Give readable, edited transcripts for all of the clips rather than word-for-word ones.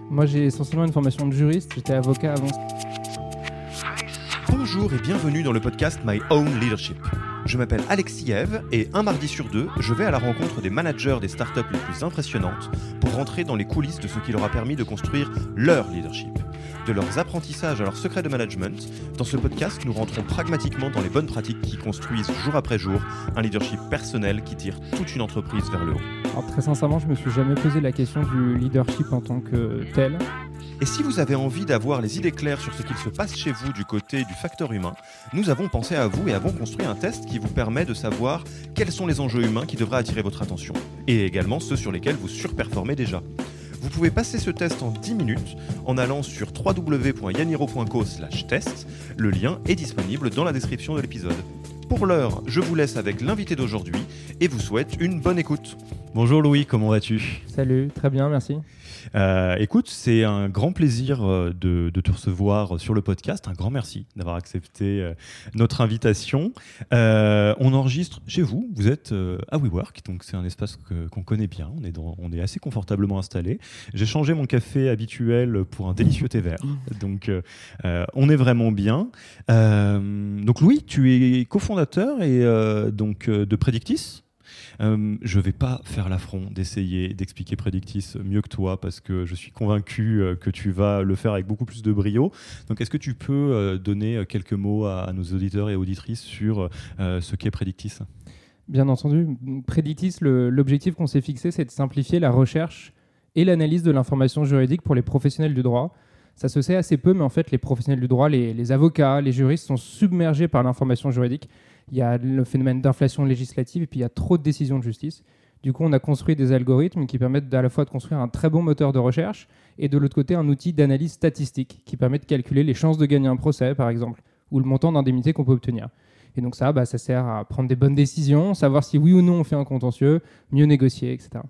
Moi, j'ai essentiellement une formation de juriste, j'étais avocat avant. Bonjour et bienvenue dans le podcast My Own Leadership. Je m'appelle Alexis Eve et un mardi sur deux, je vais à la rencontre des managers des startups les plus impressionnantes pour rentrer dans les coulisses de ce qui leur a permis de construire leur leadership. De leurs apprentissages à leurs secrets de management, dans ce podcast, nous rentrons pragmatiquement dans les bonnes pratiques qui construisent jour après jour un leadership personnel qui tire toute une entreprise vers le haut. Alors, très sincèrement, je me suis jamais posé la question du leadership en tant que tel. Et si vous avez envie d'avoir les idées claires sur ce qu'il se passe chez vous du côté du facteur humain, nous avons pensé à vous et avons construit un test qui vous permet de savoir quels sont les enjeux humains qui devraient attirer votre attention, et également ceux sur lesquels vous surperformez déjà. Vous pouvez passer ce test en 10 minutes en allant sur www.yaniro.co/test. Le lien est disponible dans la description de l'épisode. Pour l'heure, je vous laisse avec l'invité d'aujourd'hui et vous souhaite une bonne écoute. Bonjour Louis, comment vas-tu ? Salut, très bien, merci. Écoute, c'est un grand plaisir de te recevoir sur le podcast. Un grand merci d'avoir accepté notre invitation. On enregistre chez vous. Vous êtes à WeWork, donc c'est un espace qu'on connaît bien. On est assez confortablement installé. J'ai changé mon café habituel pour un délicieux thé vert. Donc, on est vraiment bien. Donc Louis, tu es cofondateur et de Predictis. Je ne vais pas faire l'affront d'essayer d'expliquer Predictis mieux que toi parce que je suis convaincu que tu vas le faire avec beaucoup plus de brio. Donc, est-ce que tu peux donner quelques mots à nos auditeurs et auditrices sur ce qu'est Predictis ? Bien entendu. Predictis, l'objectif qu'on s'est fixé, c'est de simplifier la recherche et l'analyse de l'information juridique pour les professionnels du droit. Ça se sait assez peu, mais en fait, les professionnels du droit, les avocats, les juristes sont submergés par l'information juridique. Il y a le phénomène d'inflation législative et puis il y a trop de décisions de justice. Du coup, on a construit des algorithmes qui permettent à la fois de construire un très bon moteur de recherche et de l'autre côté, un outil d'analyse statistique qui permet de calculer les chances de gagner un procès, par exemple, ou le montant d'indemnité qu'on peut obtenir. Et donc ça sert à prendre des bonnes décisions, savoir si oui ou non on fait un contentieux, mieux négocier, etc.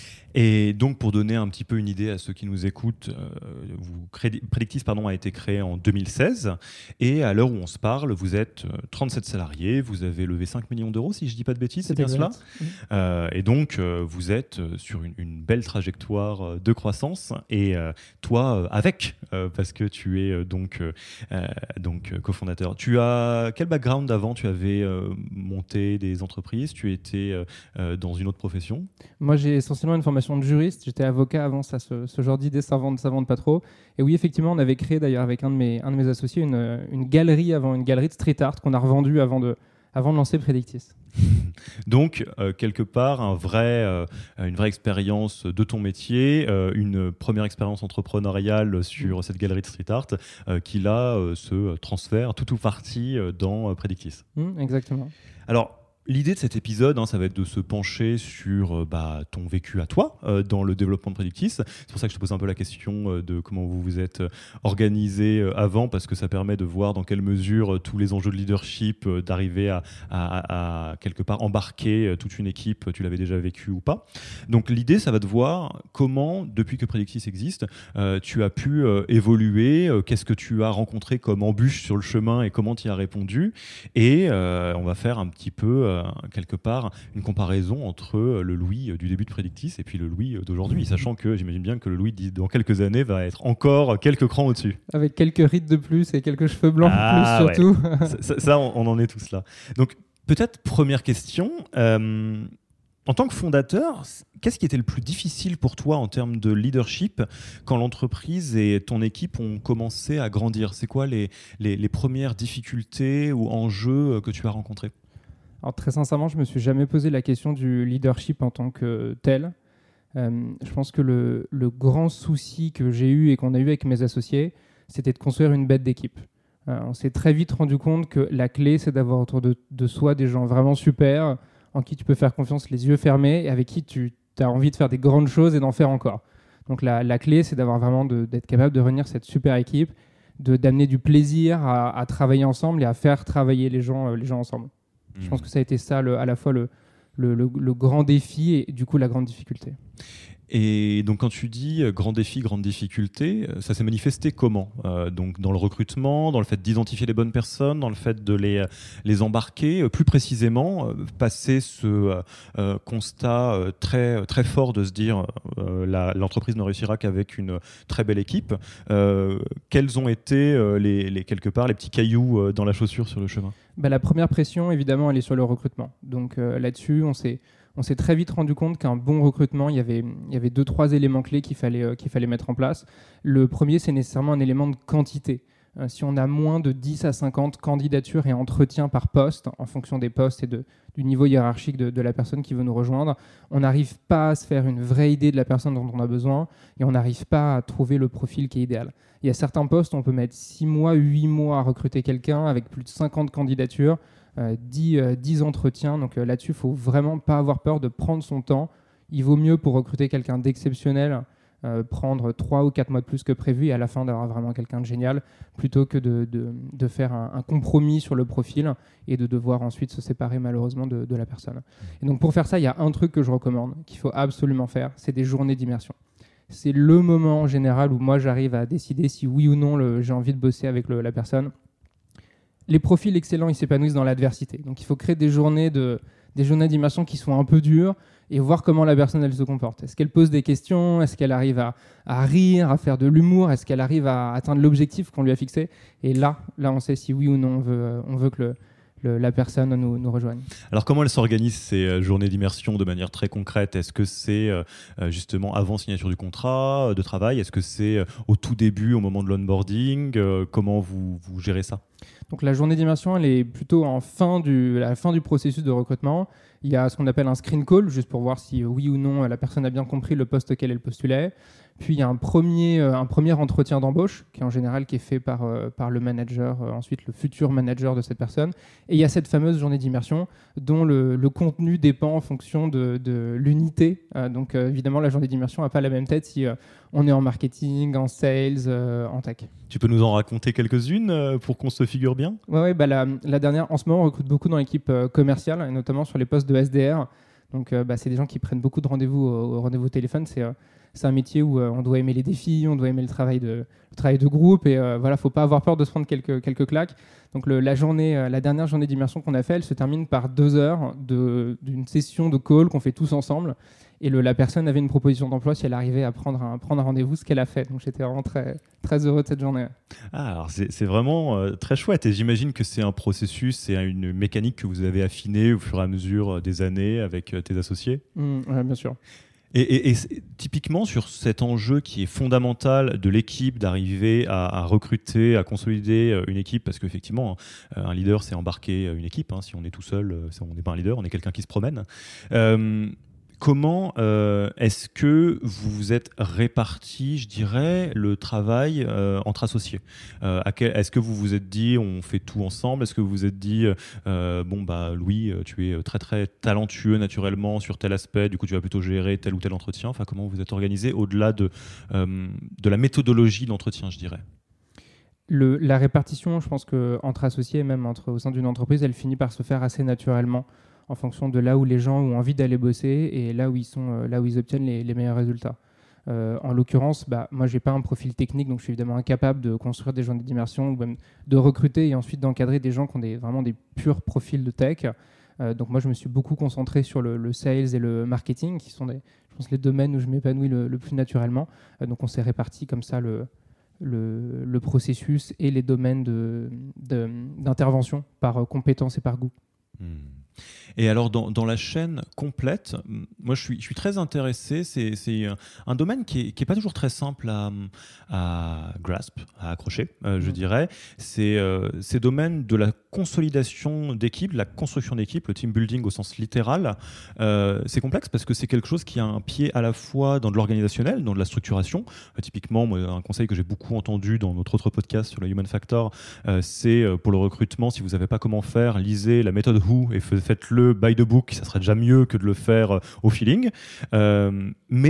Et donc, pour donner un petit peu une idée à ceux qui nous écoutent, Predictis a été créé en 2016 et à l'heure où on se parle, vous êtes 37 salariés, vous avez levé 5 millions d'euros, si je ne dis pas de bêtises, c'est bien cela ? Et donc, vous êtes sur une belle trajectoire de croissance et toi avec, parce que tu es donc cofondateur. Tu as quel background avant ? Tu avais monté des entreprises, tu étais dans une autre profession ? Moi, j'ai essentiellement une formation de juriste. J'étais avocat avant ça, ce genre d'idée ça vend pas trop. Et oui, effectivement, on avait créé d'ailleurs avec un de mes associés une galerie une galerie de street art qu'on a revendue avant de lancer Predictis. Donc, quelque part, une vraie expérience de ton métier, une première expérience entrepreneuriale sur cette galerie de street art qui là se transfère tout ou partie dans Predictis. Exactement. Alors, l'idée de cet épisode, ça va être de se pencher sur ton vécu à toi dans le développement de Predictis. C'est pour ça que je te pose un peu la question de comment vous vous êtes organisé avant, parce que ça permet de voir dans quelle mesure tous les enjeux de leadership, d'arriver à quelque part embarquer toute une équipe, tu l'avais déjà vécu ou pas. Donc l'idée, ça va de voir comment, depuis que Predictis existe, tu as pu évoluer, qu'est-ce que tu as rencontré comme embûches sur le chemin et comment tu y as répondu. Et on va faire un petit peu quelque part une comparaison entre le Louis du début de Predictis et puis le Louis d'aujourd'hui, sachant que j'imagine bien que le Louis dans quelques années va être encore quelques crans au-dessus. Avec quelques rides de plus et quelques cheveux blancs de plus surtout. Ouais. ça, on en est tous là. Donc peut-être première question, en tant que fondateur, qu'est-ce qui était le plus difficile pour toi en termes de leadership quand l'entreprise et ton équipe ont commencé à grandir ? C'est quoi les premières difficultés ou enjeux que tu as rencontrés ? Alors très sincèrement, je ne me suis jamais posé la question du leadership en tant que tel. Je pense que le grand souci que j'ai eu et qu'on a eu avec mes associés, c'était de construire une bête d'équipe. On s'est très vite rendu compte que la clé, c'est d'avoir autour de soi des gens vraiment super, en qui tu peux faire confiance les yeux fermés et avec qui tu as envie de faire des grandes choses et d'en faire encore. Donc la clé, c'est d'avoir vraiment d'être capable de réunir cette super équipe, d'amener du plaisir à travailler ensemble et à faire travailler les gens ensemble. Je pense que ça a été ça à la fois le grand défi et du coup la grande difficulté. Et donc quand tu dis grand défi, grande difficulté, ça s'est manifesté comment donc dans le recrutement, dans le fait d'identifier les bonnes personnes, dans le fait de les embarquer, plus précisément, passer ce constat très, très fort de se dire l'entreprise ne réussira qu'avec une très belle équipe. Quels ont été quelque part les petits cailloux dans la chaussure sur le chemin? La première pression, évidemment, elle est sur le recrutement. Donc là-dessus, on s'est très vite rendu compte qu'un bon recrutement, il y avait 2-3 éléments clés qu'il fallait mettre en place. Le premier, c'est nécessairement un élément de quantité. Si on a moins de 10 à 50 candidatures et entretiens par poste, en fonction des postes et du niveau hiérarchique de la personne qui veut nous rejoindre, on n'arrive pas à se faire une vraie idée de la personne dont on a besoin et on n'arrive pas à trouver le profil qui est idéal. Il y a certains postes, on peut mettre 6 mois, 8 mois à recruter quelqu'un avec plus de 50 candidatures, 10 entretiens. Donc là-dessus, il ne faut vraiment pas avoir peur de prendre son temps. Il vaut mieux pour recruter quelqu'un d'exceptionnel prendre 3 ou 4 mois de plus que prévu et à la fin d'avoir vraiment quelqu'un de génial plutôt que de faire un compromis sur le profil et de devoir ensuite se séparer malheureusement de la personne. Et donc pour faire ça, il y a un truc que je recommande qu'il faut absolument faire, c'est des journées d'immersion. C'est le moment en général où moi j'arrive à décider si oui ou non j'ai envie de bosser avec la personne. Les profils excellents, ils s'épanouissent dans l'adversité. Donc il faut créer des journées d'immersion qui sont un peu dures et voir comment la personne elle se comporte. Est-ce qu'elle pose des questions? Est-ce qu'elle arrive à rire, à faire de l'humour? Est-ce qu'elle arrive à atteindre l'objectif qu'on lui a fixé? Et là, on sait si oui ou non on veut que la personne nous rejoigne. Alors comment elles s'organisent ces journées d'immersion de manière très concrète? Est-ce que c'est justement avant signature du contrat de travail? Est-ce que c'est au tout début, au moment de l'onboarding? Comment vous gérez ça? Donc la journée d'immersion, elle est plutôt à la fin du processus de recrutement. Il y a ce qu'on appelle un screen call, juste pour voir si oui ou non la personne a bien compris le poste auquel elle postulait. Puis il y a un premier entretien d'embauche, qui en général qui est fait par le manager, ensuite le futur manager de cette personne. Et il y a cette fameuse journée d'immersion dont le contenu dépend en fonction de l'unité. Donc évidemment, la journée d'immersion n'a pas la même tête si on est en marketing, en sales, en tech. Tu peux nous en raconter quelques-unes pour qu'on se figure bien? Ouais, la dernière, en ce moment, on recrute beaucoup dans l'équipe commerciale, et notamment sur les postes de SDR. Donc c'est des gens qui prennent beaucoup de rendez-vous au rendez-vous au téléphone. C'est un métier où on doit aimer les défis, on doit aimer le travail de groupe et voilà, faut pas avoir peur de se prendre quelques claques. Donc la dernière journée d'immersion qu'on a fait, elle se termine par 2 heures d'une session de call qu'on fait tous ensemble. Et la personne avait une proposition d'emploi si elle arrivait à prendre un rendez-vous, ce qu'elle a fait. Donc j'étais vraiment très, très heureux de cette journée. Ah, alors c'est vraiment très chouette. Et j'imagine que c'est un processus, c'est une mécanique que vous avez affinée au fur et à mesure des années avec tes associés. Ouais, bien sûr. Et typiquement sur cet enjeu qui est fondamental de l'équipe d'arriver à recruter, à consolider une équipe, parce qu'effectivement, un leader, c'est embarquer une équipe. Si on est tout seul, on n'est pas un leader, on est quelqu'un qui se promène. Comment est-ce que vous vous êtes réparti, je dirais, le travail entre associés? Est-ce que vous vous êtes dit on fait tout ensemble? Est-ce que vous vous êtes dit Louis, tu es très très talentueux naturellement sur tel aspect, du coup tu vas plutôt gérer tel ou tel entretien? Enfin, comment vous êtes organisé au-delà de la méthodologie d'entretien, je dirais? La répartition, je pense qu'entre associés, même au sein d'une entreprise, elle finit par se faire assez naturellement, en fonction de là où les gens ont envie d'aller bosser et là où ils obtiennent les meilleurs résultats. En l'occurrence, moi, je n'ai pas un profil technique, donc je suis évidemment incapable de construire des journées d'immersion ou même de recruter et ensuite d'encadrer des gens qui ont vraiment des purs profils de tech. Donc moi, je me suis beaucoup concentré sur le sales et le marketing, qui sont, je pense, les domaines où je m'épanouis le plus naturellement. Donc on s'est réparti comme ça le processus et les domaines d'intervention par compétence et par goût. Et alors dans la chaîne complète, moi je suis très intéressé, c'est un domaine qui est pas toujours très simple à grasp, à accrocher, je dirais. C'est ces domaines de la consolidation d'équipe, de la construction d'équipe, le team building au sens littéral. C'est complexe parce que c'est quelque chose qui a un pied à la fois dans de l'organisationnel, dans de la structuration. Typiquement, moi, un conseil que j'ai beaucoup entendu dans notre autre podcast sur le Human Factor, c'est pour le recrutement, si vous savez pas comment faire, lisez la méthode Who et faites-le by the book, ça serait déjà mieux que de le faire au feeling. Mais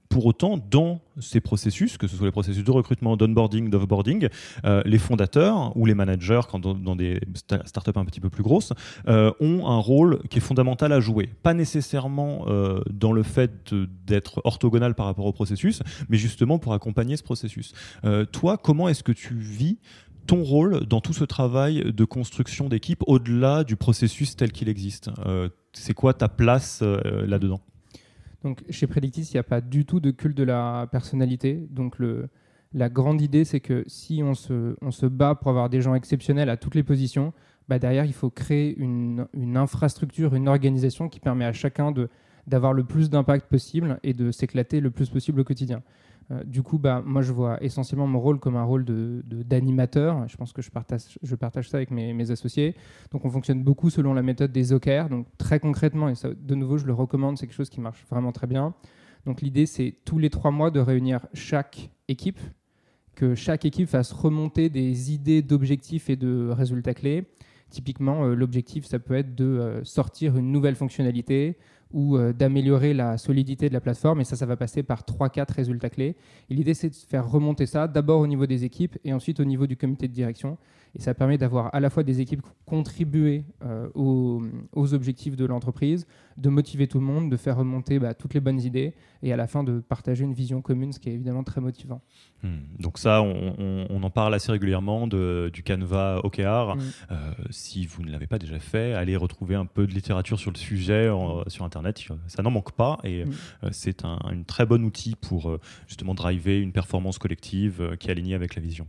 Pour autant, dans ces processus, que ce soit les processus de recrutement, d'onboarding, d'offboarding, les fondateurs ou les managers, quand dans des startups un petit peu plus grosses, ont un rôle qui est fondamental à jouer. Pas nécessairement dans le fait d'être orthogonal par rapport au processus, mais justement pour accompagner ce processus. Toi, comment est-ce que tu vis ton rôle dans tout ce travail de construction d'équipe au-delà du processus tel qu'il existe? C'est quoi ta place là-dedans? Donc, chez Predictis, il n'y a pas du tout de culte de la personnalité. Donc, la grande idée, c'est que si on se bat pour avoir des gens exceptionnels à toutes les positions, derrière, il faut créer une infrastructure, une organisation qui permet à chacun d'avoir le plus d'impact possible et de s'éclater le plus possible au quotidien. Du coup, moi, je vois essentiellement mon rôle comme un rôle d'animateur. Je pense que je partage ça avec mes associés. Donc, on fonctionne beaucoup selon la méthode des OKR. Donc, très concrètement, et ça, de nouveau, je le recommande, c'est quelque chose qui marche vraiment très bien. Donc, l'idée, c'est tous les 3 mois de réunir chaque équipe, que chaque équipe fasse remonter des idées d'objectifs et de résultats clés. Typiquement, l'objectif, ça peut être de sortir une nouvelle fonctionnalité ou d'améliorer la solidité de la plateforme. Et ça va passer par 3-4 résultats clés. Et l'idée, c'est de faire remonter ça d'abord au niveau des équipes et ensuite au niveau du comité de direction. Et ça permet d'avoir à la fois des équipes qui contribuent aux objectifs de l'entreprise, de motiver tout le monde, de faire remonter toutes les bonnes idées et à la fin de partager une vision commune, ce qui est évidemment très motivant. Donc ça, on en parle assez régulièrement du Canva OKR. Si vous ne l'avez pas déjà fait, allez retrouver un peu de littérature sur le sujet sur Internet. Ça n'en manque pas et c'est un très bon outil pour justement driver une performance collective qui est alignée avec la vision.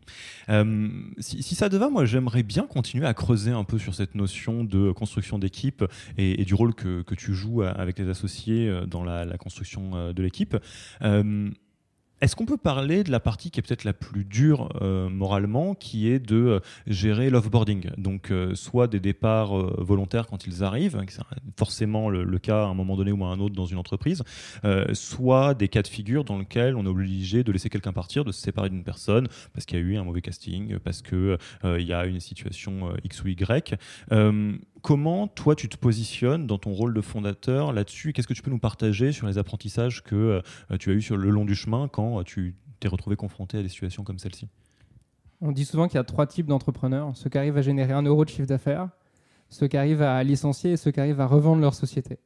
Si ça te va, moi j'aimerais bien continuer à creuser un peu sur cette notion de construction d'équipe et du rôle que tu joues avec tes associés dans la construction de l'équipe. Est-ce qu'on peut parler de la partie qui est peut-être la plus dure moralement, qui est de gérer l'offboarding, donc soit des départs volontaires quand ils arrivent, c'est forcément le cas à un moment donné ou à un autre dans une entreprise, soit des cas de figure dans lesquels on est obligé de laisser quelqu'un partir, de se séparer d'une personne parce qu'il y a eu un mauvais casting, parce qu'il y a une situation X ou Y. Comment, toi, tu te positionnes dans ton rôle de fondateur là-dessus? Qu'est-ce que tu peux nous partager sur les apprentissages que tu as eus sur le long du chemin quand tu t'es retrouvé confronté à des situations comme celle-ci? On dit souvent qu'il y a 3 types d'entrepreneurs. Ceux qui arrivent à générer 1 euro de chiffre d'affaires, ceux qui arrivent à licencier et ceux qui arrivent à revendre leur société.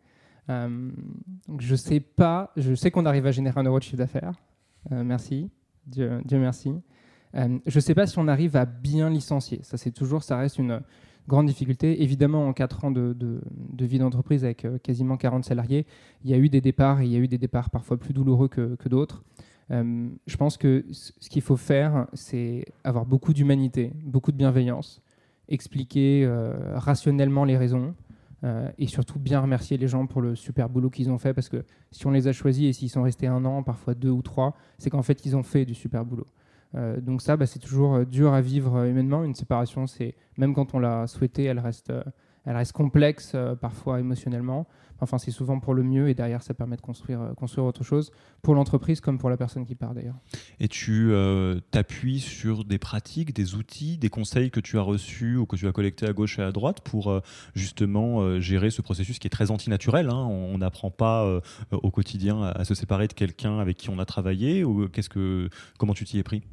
Donc je sais qu'on arrive à générer 1 euro de chiffre d'affaires. Merci, Dieu merci. Je ne sais pas si on arrive à bien licencier. Ça reste une grande difficulté. Évidemment, en 4 ans de vie d'entreprise avec quasiment 40 salariés, il y a eu des départs et il y a eu des départs parfois plus douloureux que d'autres. Je pense que ce qu'il faut faire, c'est avoir beaucoup d'humanité, beaucoup de bienveillance, expliquer rationnellement les raisons et surtout bien remercier les gens pour le super boulot qu'ils ont fait, parce que si on les a choisis et s'ils sont restés 1 an, parfois 2 ou 3, c'est qu'en fait ils ont fait du super boulot. Donc ça, c'est toujours dur à vivre humainement. Une séparation, même quand on l'a souhaité, elle reste complexe parfois émotionnellement. Enfin, c'est souvent pour le mieux et derrière, ça permet de construire autre chose pour l'entreprise comme pour la personne qui part d'ailleurs. Et tu t'appuies sur des pratiques, des outils, des conseils que tu as reçus ou que tu as collectés à gauche et à droite pour justement gérer ce processus qui est très antinaturel. On n'apprend pas au quotidien à se séparer de quelqu'un avec qui on a travaillé. Comment tu t'y es pris?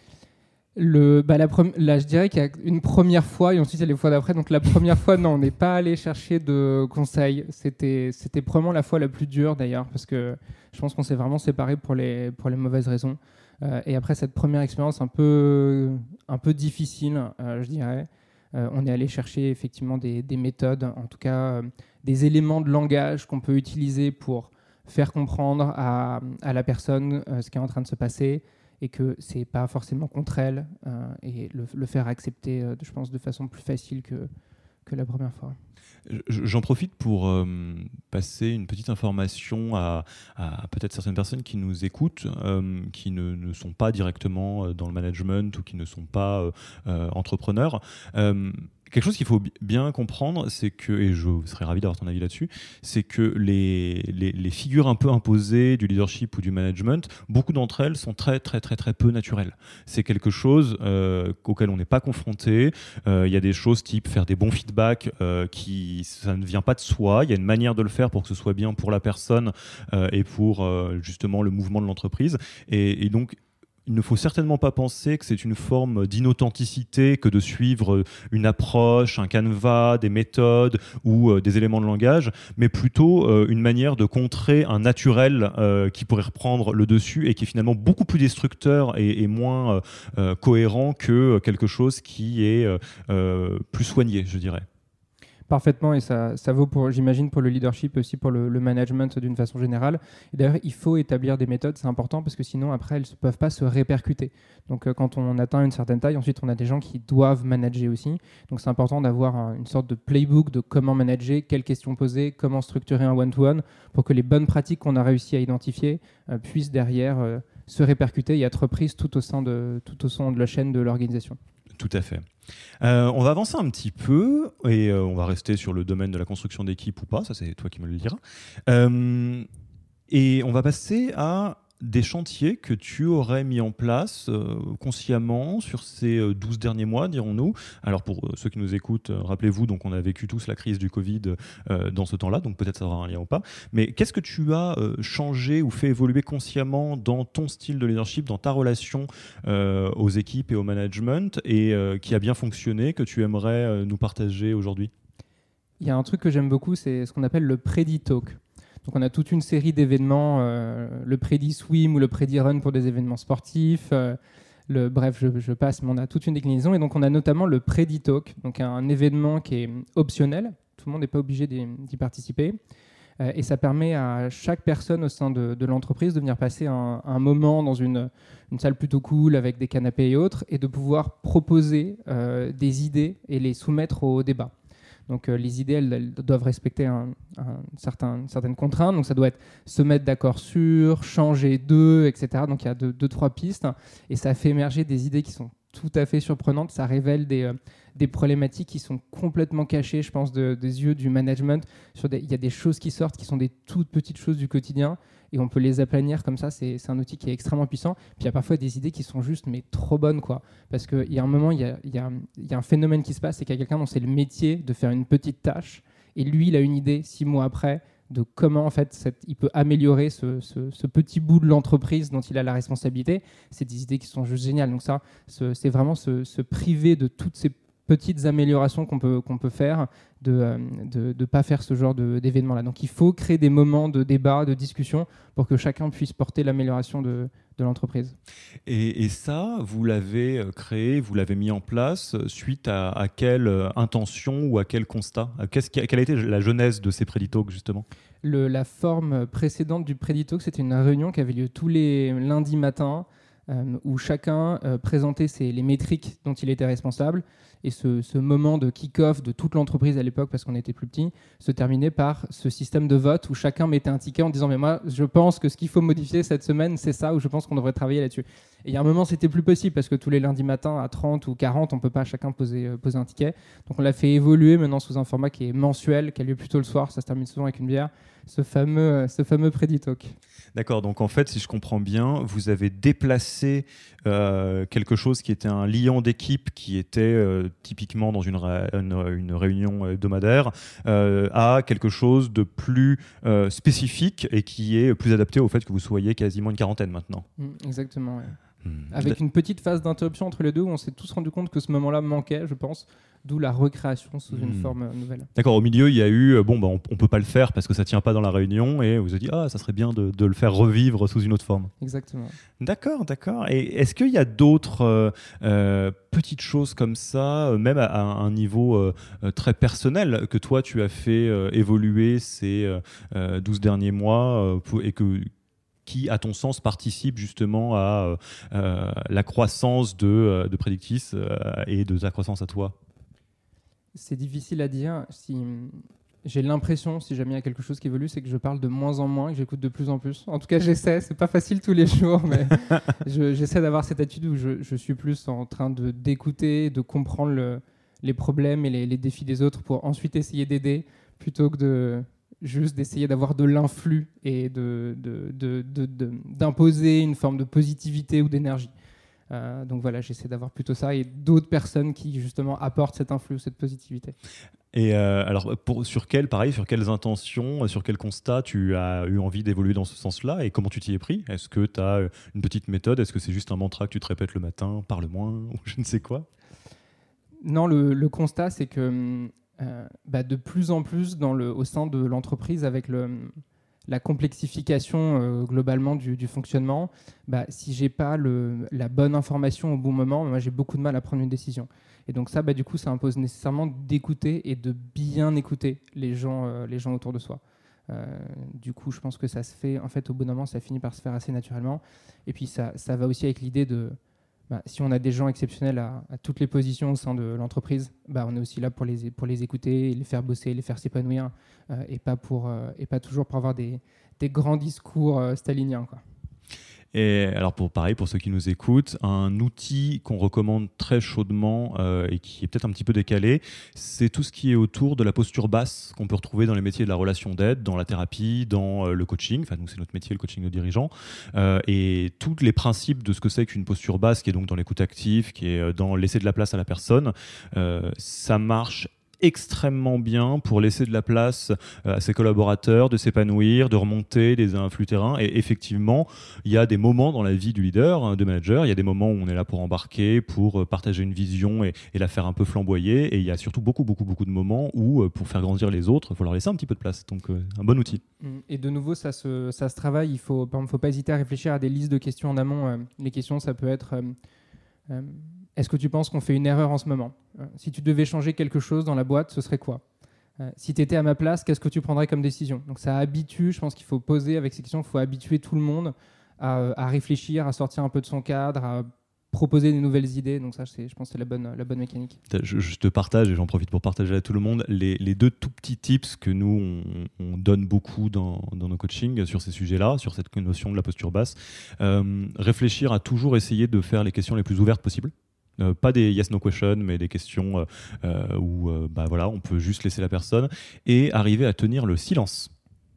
Je dirais qu'il y a une première fois et ensuite il y a les fois d'après. Donc la première fois, non, on n'est pas allé chercher de conseils. C'était probablement la fois la plus dure d'ailleurs, parce que je pense qu'on s'est vraiment séparés pour les mauvaises raisons. Et après cette première expérience un peu difficile, je dirais, on est allé chercher effectivement des méthodes, en tout cas des éléments de langage qu'on peut utiliser pour faire comprendre à la personne ce qui est en train de se passer, et que c'est pas forcément contre elle, et le faire accepter, je pense, de façon plus facile que la première fois. J'en profite pour passer une petite information à peut-être certaines personnes qui nous écoutent, qui ne sont pas directement dans le management ou qui ne sont pas entrepreneurs. Quelque chose qu'il faut bien comprendre, c'est que, et je serais ravi d'avoir ton avis là-dessus, c'est que les figures un peu imposées du leadership ou du management, beaucoup d'entre elles sont très très très très peu naturelles. C'est quelque chose auquel on n'est pas confronté. Il y a des choses type faire des bons feedbacks ça ne vient pas de soi. Il y a une manière de le faire pour que ce soit bien pour la personne et pour justement le mouvement de l'entreprise. Et donc, il ne faut certainement pas penser que c'est une forme d'inauthenticité que de suivre une approche, un canevas, des méthodes ou des éléments de langage, mais plutôt une manière de contrer un naturel qui pourrait reprendre le dessus et qui est finalement beaucoup plus destructeur et moins cohérent que quelque chose qui est plus soigné, je dirais. Parfaitement, et ça vaut pour, j'imagine, pour le leadership et aussi pour le management d'une façon générale. Et d'ailleurs, il faut établir des méthodes, c'est important parce que sinon, après, elles ne peuvent pas se répercuter. Donc, quand on atteint une certaine taille, ensuite, on a des gens qui doivent manager aussi. Donc, c'est important d'avoir une sorte de playbook de comment manager, quelles questions poser, comment structurer un one-to-one pour que les bonnes pratiques qu'on a réussi à identifier puissent derrière se répercuter et être reprises tout au sein de la chaîne de l'organisation. Tout à fait. On va avancer un petit peu et on va rester sur le domaine de la construction d'équipe ou pas, ça c'est toi qui me le diras. Et on va passer à des chantiers que tu aurais mis en place consciemment sur ces 12 derniers mois, dirons-nous. Alors pour ceux qui nous écoutent, rappelez-vous, donc on a vécu tous la crise du Covid dans ce temps-là, donc peut-être ça aura un lien ou pas. Mais qu'est-ce que tu as changé ou fait évoluer consciemment dans ton style de leadership, dans ta relation aux équipes et au management, et qui a bien fonctionné, que tu aimerais nous partager aujourd'hui ? Il y a un truc que j'aime beaucoup, c'est ce qu'on appelle le Predi Talk. Donc on a toute une série d'événements, le Predi Swim ou le Predi Run pour des événements sportifs. Bref, je passe, mais on a toute une déclinaison. Et donc on a notamment le Predi Talk, donc un événement qui est optionnel. Tout le monde n'est pas obligé d'y participer. Et ça permet à chaque personne au sein de l'entreprise de venir passer un moment dans une salle plutôt cool avec des canapés et autres, et de pouvoir proposer des idées et les soumettre au débat. Donc les idées, elles doivent respecter certaines contraintes. Donc ça doit être se mettre d'accord sur, changer de, etc. Donc il y a deux, trois pistes. Et ça fait émerger des idées qui sont tout à fait surprenantes. Ça révèle des problématiques qui sont complètement cachées, je pense, des yeux du management. Il y a des choses qui sortent qui sont des toutes petites choses du quotidien. Et on peut les aplanir comme ça, c'est un outil qui est extrêmement puissant. Puis il y a parfois des idées qui sont juste mais trop bonnes, quoi. Parce qu'il y a un moment, il y a un phénomène qui se passe, c'est qu'il y a quelqu'un dont c'est le métier de faire une petite tâche, et lui, il a une idée 6 mois après de comment en fait il peut améliorer ce petit bout de l'entreprise dont il a la responsabilité. C'est des idées qui sont juste géniales. Donc ça, c'est vraiment se priver de toutes ces petites améliorations qu'on peut faire, de pas faire ce genre d'événement-là. Donc il faut créer des moments de débat, de discussion, pour que chacun puisse porter l'amélioration de l'entreprise. Et ça, vous l'avez créé, vous l'avez mis en place suite à quelle intention ou à quel constat ? Quelle a été la genèse de ces Predi Talks, justement ? La forme précédente du Predi Talk, c'était une réunion qui avait lieu tous les lundis matins, où chacun présentait les métriques dont il était responsable. Et ce moment de kick-off de toute l'entreprise à l'époque, parce qu'on était plus petit, se terminait par ce système de vote où chacun mettait un ticket en disant « mais moi, je pense que ce qu'il faut modifier cette semaine, c'est ça, ou je pense qu'on devrait travailler là-dessus ». Et il y a un moment, c'était plus possible, parce que tous les lundis matins, à 30 ou 40, on ne peut pas chacun poser un ticket. Donc on l'a fait évoluer maintenant sous un format qui est mensuel, qui a lieu plutôt le soir, ça se termine souvent avec une bière, ce fameux Predi Talk. D'accord, donc en fait, si je comprends bien, vous avez déplacé quelque chose qui était un liant d'équipe, qui était typiquement dans une réunion hebdomadaire, à quelque chose de plus spécifique et qui est plus adapté au fait que vous soyez quasiment une quarantaine maintenant. Exactement, ouais. Avec une petite phase d'interruption entre les deux où on s'est tous rendu compte que ce moment-là manquait, je pense, d'où la recréation sous une forme nouvelle. D'accord, au milieu, il y a eu, on peut pas le faire parce que ça tient pas dans la réunion, et vous avez dit, ça serait bien de le faire revivre sous une autre forme. Exactement. D'accord. Et est-ce qu'il y a d'autres petites choses comme ça, même à un niveau très personnel, que toi, tu as fait évoluer ces 12 derniers mois et qui, à ton sens, participe justement à la croissance de Predictis et de ta croissance à toi ? C'est difficile à dire. J'ai l'impression, si jamais il y a quelque chose qui évolue, c'est que je parle de moins en moins, que j'écoute de plus en plus. En tout cas, j'essaie. C'est pas facile tous les jours, mais j'essaie d'avoir cette attitude où je suis plus en train d'écouter, de comprendre les problèmes et les défis des autres pour ensuite essayer d'aider, plutôt que juste d'essayer d'avoir de l'influx et d'imposer une forme de positivité ou d'énergie. Donc voilà, j'essaie d'avoir plutôt ça et d'autres personnes qui justement apportent cet influx, cette positivité. Et alors, sur quelles intentions, sur quel constat tu as eu envie d'évoluer dans ce sens-là et comment tu t'y es pris? Est-ce que tu as une petite méthode? Est-ce que c'est juste un mantra que tu te répètes le matin, parle moins ou je ne sais quoi? Non, le constat, c'est que de plus en plus au sein de l'entreprise, avec la complexification globalement du fonctionnement, si j'ai pas la bonne information au bon moment, moi j'ai beaucoup de mal à prendre une décision. Et donc ça, du coup, ça impose nécessairement d'écouter et de bien écouter les gens autour de soi. Du coup, je pense que ça se fait, en fait, au bout d'un moment, ça finit par se faire assez naturellement. Et puis ça va aussi avec l'idée de si on a des gens exceptionnels à toutes les positions au sein de l'entreprise, on est aussi là pour les écouter, les faire bosser, les faire s'épanouir, et pas toujours pour avoir des grands discours staliniens, quoi. Et alors pour ceux qui nous écoutent, un outil qu'on recommande très chaudement et qui est peut-être un petit peu décalé, c'est tout ce qui est autour de la posture basse qu'on peut retrouver dans les métiers de la relation d'aide, dans la thérapie, dans le coaching. Enfin, nous, c'est notre métier, le coaching de dirigeants. Et tous les principes de ce que c'est qu'une posture basse, qui est donc dans l'écoute active, qui est dans laisser de la place à la personne, ça marche extrêmement bien pour laisser de la place à ses collaborateurs de s'épanouir, de remonter des influx terrain. Et effectivement, il y a des moments dans la vie du leader, de manager, il y a des moments où on est là pour embarquer, pour partager une vision et la faire un peu flamboyer. Et il y a surtout beaucoup de moments où, pour faire grandir les autres, il faut leur laisser un petit peu de place. Donc, un bon outil. Et de nouveau, ça se travaille. Il ne faut pas hésiter à réfléchir à des listes de questions en amont. Les questions, ça peut être... est-ce que tu penses qu'on fait une erreur en ce moment? Si tu devais changer quelque chose dans la boîte, ce serait quoi? Si tu étais à ma place, qu'est-ce que tu prendrais comme décision? Donc ça habitue, je pense qu'il faut poser avec ces questions, il faut habituer tout le monde à réfléchir, à sortir un peu de son cadre, à proposer des nouvelles idées. Donc ça, je pense que c'est la bonne mécanique. Je te partage, et j'en profite pour partager à tout le monde, les deux tout petits tips que nous, on donne beaucoup dans nos coachings sur ces sujets-là, sur cette notion de la posture basse. Réfléchir à toujours essayer de faire les questions les plus ouvertes possibles. Pas des yes no question, mais des questions où on peut juste laisser la personne et arriver à tenir le silence.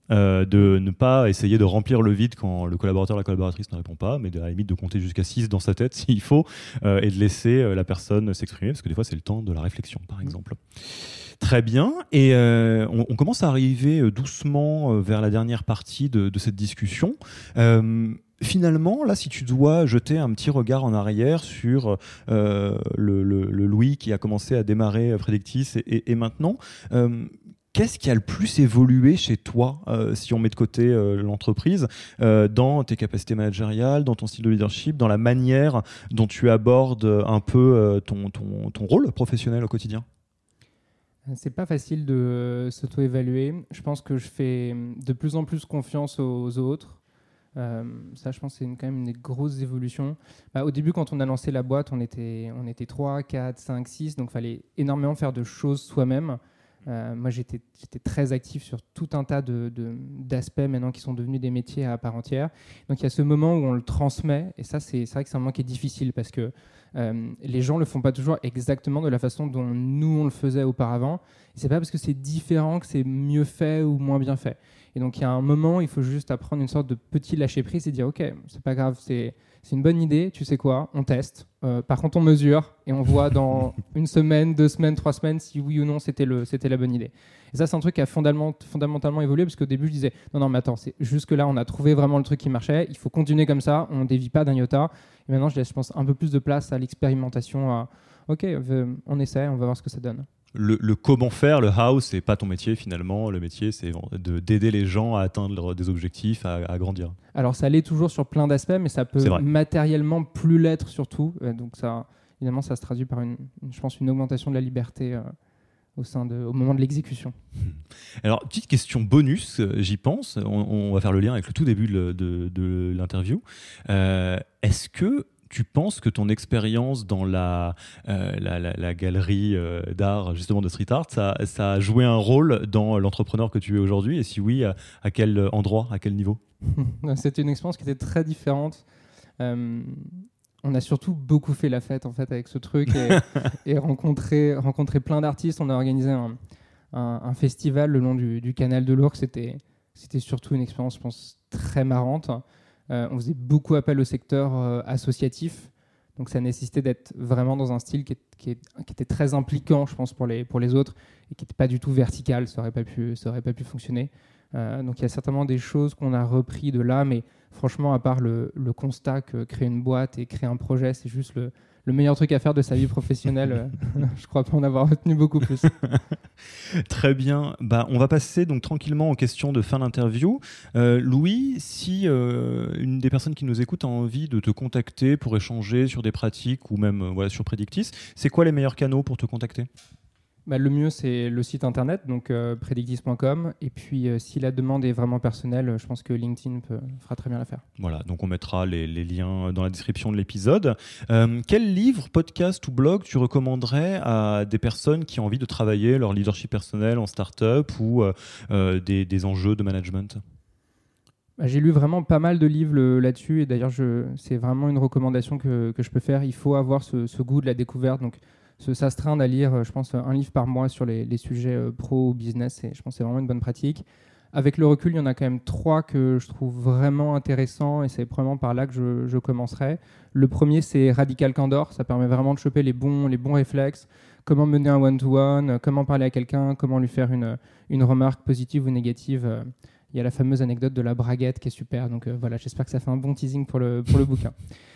De ne pas essayer de remplir le vide quand le collaborateur, la collaboratrice ne répond pas, mais à la limite de compter jusqu'à 6 dans sa tête s'il faut, et de laisser la personne s'exprimer, parce que des fois c'est le temps de la réflexion, par exemple. Très bien, et on commence à arriver doucement vers la dernière partie de cette discussion. Finalement, là, si tu dois jeter un petit regard en arrière sur le Louis qui a commencé à démarrer Predictis et maintenant, qu'est-ce qui a le plus évolué chez toi, si on met de côté l'entreprise, dans tes capacités managériales, dans ton style de leadership, dans la manière dont tu abordes un peu ton rôle professionnel au quotidien? C'est pas facile de s'auto-évaluer. Je pense que je fais de plus en plus confiance aux autres. Ça, je pense que c'est quand même une grosse évolution. Au début, quand on a lancé la boîte, on était 3, 4, 5, 6, donc il fallait énormément faire de choses soi-même. Moi, j'étais très actif sur tout un tas d'aspects maintenant qui sont devenus des métiers à part entière. Donc il y a ce moment où on le transmet, et ça, c'est vrai que c'est un moment qui est difficile parce que les gens ne le font pas toujours exactement de la façon dont nous, on le faisait auparavant. Et c'est pas parce que c'est différent que c'est mieux fait ou moins bien fait. Et donc, il y a un moment, il faut juste apprendre une sorte de petit lâcher-prise et dire « Ok, c'est pas grave, c'est une bonne idée, tu sais quoi, on teste. Par contre, on mesure et on voit dans 1 semaine, 2 semaines, 3 semaines si oui ou non c'était la bonne idée. » Et ça, c'est un truc qui a fondamentalement évolué parce qu'au début, je disais « Non, mais attends, jusque-là, on a trouvé vraiment le truc qui marchait. Il faut continuer comme ça, on ne dévie pas d'un iota. » Et maintenant, je laisse, je pense, un peu plus de place à l'expérimentation. Ok, on essaie, on va voir ce que ça donne. Le comment faire, le how, c'est pas ton métier finalement. Le métier, c'est d'aider les gens à atteindre des objectifs, à grandir. Alors ça l'est toujours sur plein d'aspects, mais ça peut matériellement plus l'être surtout. Donc ça, évidemment, ça se traduit par je pense, une augmentation de la liberté au moment de l'exécution. Alors, petite question bonus, j'y pense. On va faire le lien avec le tout début de l'interview. Est-ce que tu penses que ton expérience dans la galerie d'art, justement de street art, ça a joué un rôle dans l'entrepreneur que tu es aujourd'hui? Et si oui, à quel endroit, à quel niveau? C'était une expérience qui était très différente. on a surtout beaucoup fait la fête en fait avec ce truc et rencontré plein d'artistes. On a organisé un festival le long du canal de l'Ourcq. C'était surtout une expérience, je pense, très marrante. On faisait beaucoup appel au secteur associatif. Donc ça nécessitait d'être vraiment dans un style qui était très impliquant, je pense, pour les autres et qui n'était pas du tout vertical. Ça n'aurait pas pu fonctionner. Donc il y a certainement des choses qu'on a repris de là, mais franchement, à part le constat que créer une boîte et créer un projet, c'est juste le meilleur truc à faire de sa vie professionnelle, je crois pas en avoir retenu beaucoup plus. Très bien. On va passer donc tranquillement aux questions de fin d'interview. Louis, si une des personnes qui nous écoutent a envie de te contacter pour échanger sur des pratiques ou même sur Predictis, c'est quoi les meilleurs canaux pour te contacter ? Le mieux, c'est le site internet, donc predictis.com. Et puis, si la demande est vraiment personnelle, je pense que LinkedIn fera très bien l'affaire. Voilà, donc on mettra les liens dans la description de l'épisode. Quel livre, podcast ou blog tu recommanderais à des personnes qui ont envie de travailler leur leadership personnel en start-up ou des enjeux de management ? J'ai lu vraiment pas mal de livres là-dessus. Et d'ailleurs, c'est vraiment une recommandation que je peux faire. Il faut avoir ce goût de la découverte. Donc, s'astreindre à lire, je pense, un livre par mois sur les sujets pro ou business, et je pense que c'est vraiment une bonne pratique. Avec le recul, il y en a quand même 3 que je trouve vraiment intéressants et c'est probablement par là que je commencerai. Le premier, c'est Radical Candor. Ça permet vraiment de choper les bons réflexes, comment mener un one-to-one, comment parler à quelqu'un, comment lui faire une remarque positive ou négative. Il y a la fameuse anecdote de la braguette qui est super. Donc voilà, j'espère que ça fait un bon teasing pour le bouquin.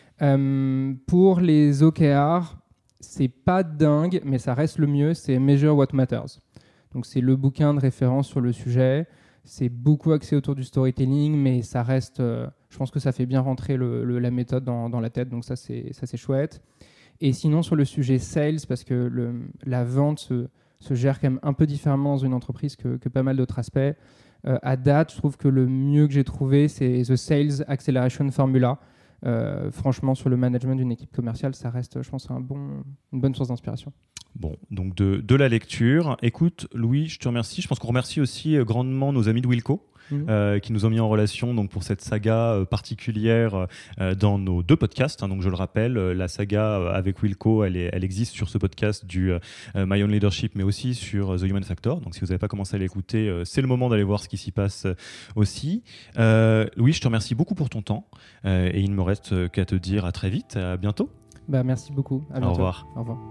Pour les OKR, c'est pas dingue, mais ça reste le mieux, c'est Measure What Matters. Donc c'est le bouquin de référence sur le sujet. C'est beaucoup axé autour du storytelling, mais ça reste, je pense que ça fait bien rentrer la méthode dans la tête, donc ça c'est chouette. Et sinon sur le sujet sales, parce que la vente se gère quand même un peu différemment dans une entreprise que pas mal d'autres aspects. À date, je trouve que le mieux que j'ai trouvé, c'est The Sales Acceleration Formula. Franchement, sur le management d'une équipe commerciale, ça reste, je pense, une bonne source d'inspiration. Bon, donc de la lecture. Écoute, Louis, je te remercie. Je pense qu'on remercie aussi grandement nos amis de Wilco, qui nous ont mis en relation donc, pour cette saga particulière dans nos 2 podcasts. Donc, je le rappelle, la saga avec Wilco, elle existe sur ce podcast du My Own Leadership, mais aussi sur The Human Factor. Donc, si vous n'avez pas commencé à l'écouter, c'est le moment d'aller voir ce qui s'y passe aussi. Louis, je te remercie beaucoup pour ton temps et il ne me reste qu'à te dire à très vite. À bientôt. Merci beaucoup. À bientôt. Au revoir. Au revoir.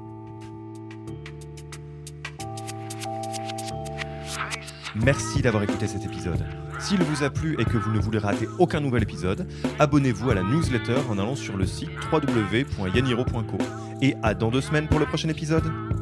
Merci d'avoir écouté cet épisode. S'il vous a plu et que vous ne voulez rater aucun nouvel épisode, abonnez-vous à la newsletter en allant sur le site www.yaniro.co. Et à dans 2 semaines pour le prochain épisode.